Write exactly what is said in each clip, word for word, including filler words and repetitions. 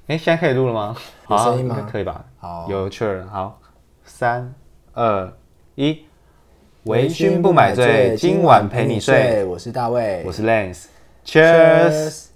哎，现在可以录了吗？ 有声音吗？ 应该可以吧？ 好， 有确认。好，三、二、一。微醺不买醉，今晚陪你睡。 我是大卫， 我是 Lance。Cheers。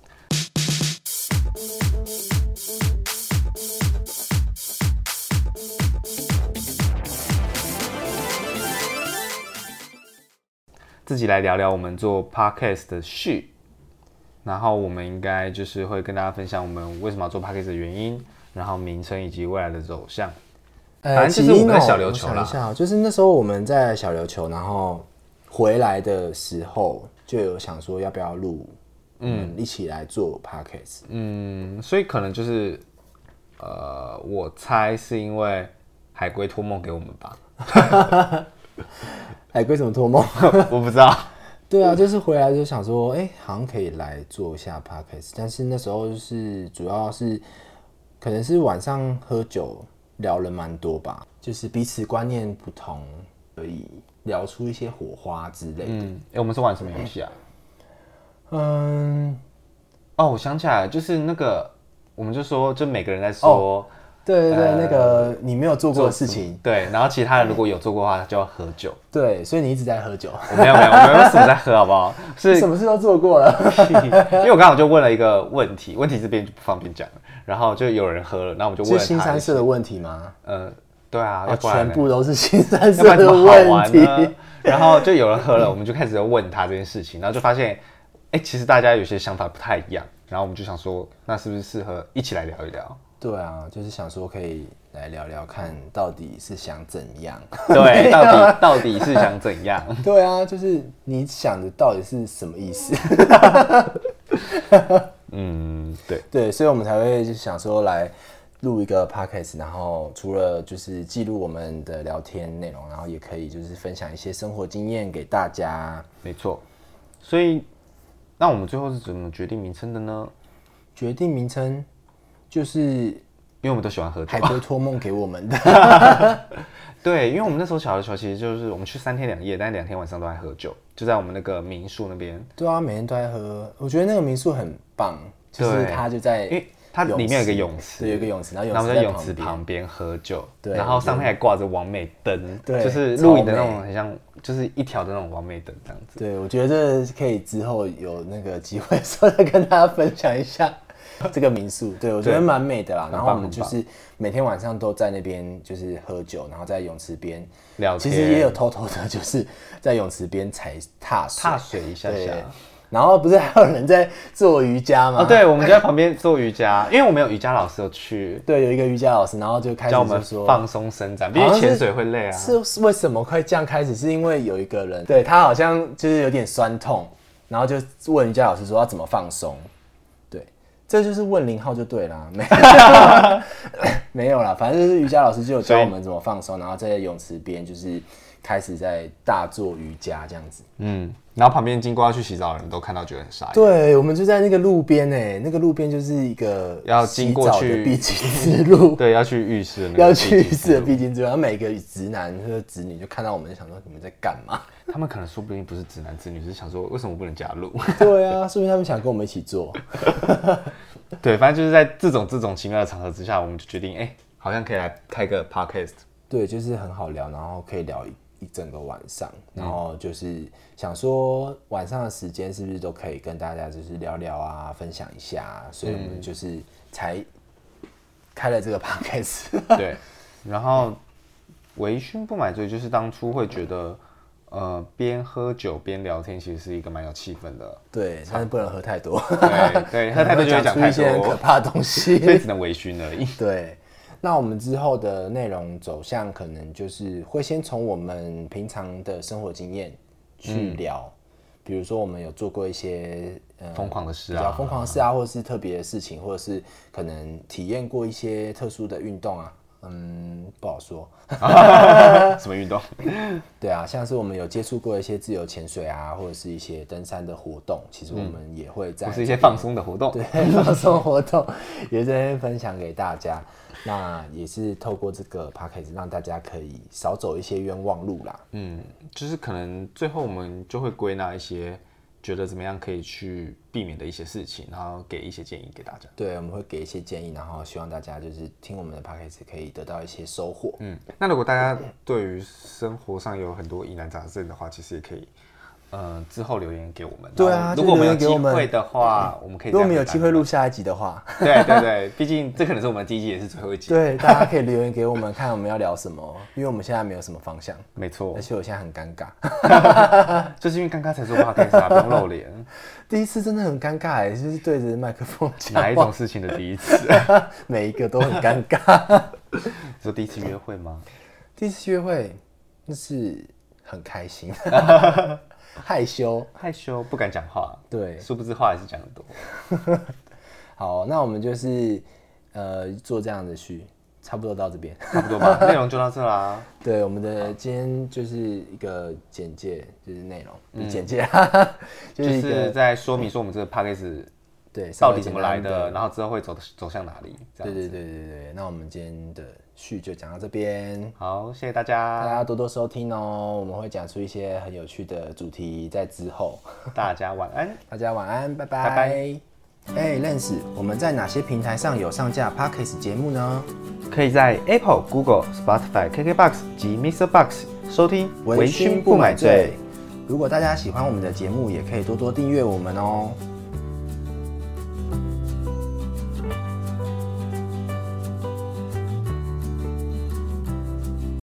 自己来聊聊我们做 podcast 的序，然后我们应该就是会跟大家分享我们为什么要做 podcast 的原因，然后名称以及未来的走向。 呃， 反正就是我们在小琉球啦。 我想一下，就是那时候我们在小琉球，然后回来的时候就有想说要不要录，嗯，一起来做 podcast。 嗯，所以可能就是，呃，我猜是因为海龟托梦给我们吧。 海龟怎么托梦？ 我不知道。 对啊，就是回来就想说，哎、欸，好像可以来做一下 podcast， 但是那时候就是主要是可能是晚上喝酒聊了蛮多吧，就是彼此观念不同，可以聊出一些火花之类的。 嗯，哎、欸，我们是玩什么游戏啊？ 嗯， 哦，我想起来了，就是那个，我们就说，就每个人在说。哦， 对对对，呃、那个你没有做过的事情， 对，然后其他人如果有做过的话，就要喝酒。 对，所以你一直在喝酒。 我没有没有，我没有什么在喝，好不好？是什么事都做过了。 因为我刚好就问了一个问题，问题这边就不方便讲了。然后就有人喝了，然后我们就问了他。 是新三色的问题吗？ 呃，对啊， 哦、全部都是新三色的问题。 然后就有人喝了，我们就开始问他这件事情，然后就发现，哎、欸，其实大家有些想法不太一样。然后我们就想说，那是不是适合一起来聊一聊？ 对啊，就是想说可以来聊聊看，到底是想怎样？ 对，到底到底是想怎样？ 对啊，就是你想的到底是什么意思？ 嗯，对对，所以我们才会就想说来录一个 podcast， 然后除了就是记录我们的聊天内容，然后也可以就是分享一些生活经验给大家。 没错，所以那我们最后是怎么决定名称的呢？ 决定名称。就是因为我们都喜欢喝酒， 海龟托梦给我们的。 对，因为我们那时候小琉球其实就是我们去三天两夜，但是两天晚上都在喝酒，就在我们那个民宿那边。 对啊，每天都在喝。我觉得那个民宿很棒，就是它就在， 因为它里面有个泳池， 对，有一个泳池，然后泳池在泳池旁边喝酒， 对， 然后上面还挂着网美灯， 对， 就是露营的那种，很像就是一条的那种网美灯这样子。 对，我觉得可以之后有那个机会的时候再跟大家分享一下。这个民宿，对我觉得蛮美的啦。然后我们就是每天晚上都在那边就是喝酒，然后在泳池边聊天。 其实也有偷偷的，就是在泳池边踩踏水， 踏水一下下。 然后不是还有人在做瑜伽吗？ 哦，对，我们就在旁边做瑜伽，因为我们有瑜伽老师有去。 对，有一个瑜伽老师，然后就开始教我们放松伸展，毕竟潜水会累啊。 是为什么会这样开始？是因为有一个人，对他好像就是有点酸痛，然后就问瑜伽老师说要怎么放松。这就是问零号就对啦，没没有啦，反正就是瑜伽老师就有教我们怎么放松，然后在泳池边就是开始在大做瑜伽这样子。 嗯，然后旁边经过要去洗澡的人都看到觉得很傻眼。 对，我们就在那个路边诶，那个路边就是一个要经过去必经之路， 对，要去浴室的那个要去浴室的必经之路，然后每个直男或者直女就看到我们就想说你们在干嘛？ 他们可能说不定不是直男直女，是想说为什么不能加入？ 对啊，说不定他们想跟我们一起做。 对，反正就是在这种这种奇妙的场合之下，我们就决定，哎、欸，好像可以来开个 podcast。 对，就是很好聊，然后可以聊一一整个晚上，然后就是想说晚上的时间是不是都可以跟大家就是聊聊啊，分享一下，所以我们就是才开了这个 podcast。 对，然后微醺不买醉就是当初会觉得。呃，边喝酒边聊天，其实是一个蛮有气氛的。 对，但是不能喝太多。 对对，喝太多就会讲太多一些很可怕的东西， 所以只能微醺而已。 对，那我们之后的内容走向可能就是会先从我们平常的生活经验去聊，嗯、比如说我们有做过一些疯、呃、狂的事啊， 比较疯狂的事啊，或者是特别的事情，或者是可能体验过一些特殊的运动啊。嗯，不好说。 什么运动？ 对啊，像是我们有接触过一些自由潜水啊，或者是一些登山的活动，其实我们也会在， 或是一些放松的活动， 对，放松活动也在那边分享给大家。那也是透过这个 podcast 让大家可以少走一些冤枉路啦。 嗯，就是可能最后我们就会归纳一些觉得怎么样可以去避免的一些事情，然后给一些建议给大家。 对，我们会给一些建议，然后希望大家就是听我们的 podcast 可以得到一些收获。 嗯，那如果大家对于生活上有很多疑难杂症的话，其实也可以。呃，之后留言给我们。 对啊， 如果我们有机会的话，我们可以。 如果我们有机会录下一集的话， 对对对，毕竟这可能是我们第一集，也是最后一集。 对，大家可以留言给我们，看我们要聊什么，因为我们现在没有什么方向。 没错， 而且我现在很尴尬， 就是因为刚刚才做 podcast 啊，不用露脸。 第一次真的很尴尬哎，就是对着麦克风讲话。 哪一种事情的第一次？ 每一个都很尴尬。 你说第一次约会吗？ 第一次约会，那是很开心。害羞， 害羞，不敢讲话。 对， 殊不知话还是讲得多。 好，那我们就是呃做这样的序，差不多到这边， 差不多吧，内容就到这啦。 对，我们的今天就是一个简介，就是内容，嗯、简介， 就是就是在说明说我们这个 podcast 对到底怎么来的，然后之后会走走向哪里。 对对对对对，那我们今天的序就讲到这边。 好，谢谢大家， 大家多多收听哦，我们会讲出一些很有趣的主题在之后。 大家晚安， 大家晚安，拜拜。 拜拜。 哎 ，Lens， 我们在哪些平台上有上架 Podcast 节目呢？ 可以在 Apple、Google、Spotify、K K B O X 及 Mixer Box 收听。 微醺不买醉。如果大家喜欢我们的节目，也可以多多订阅我们哦。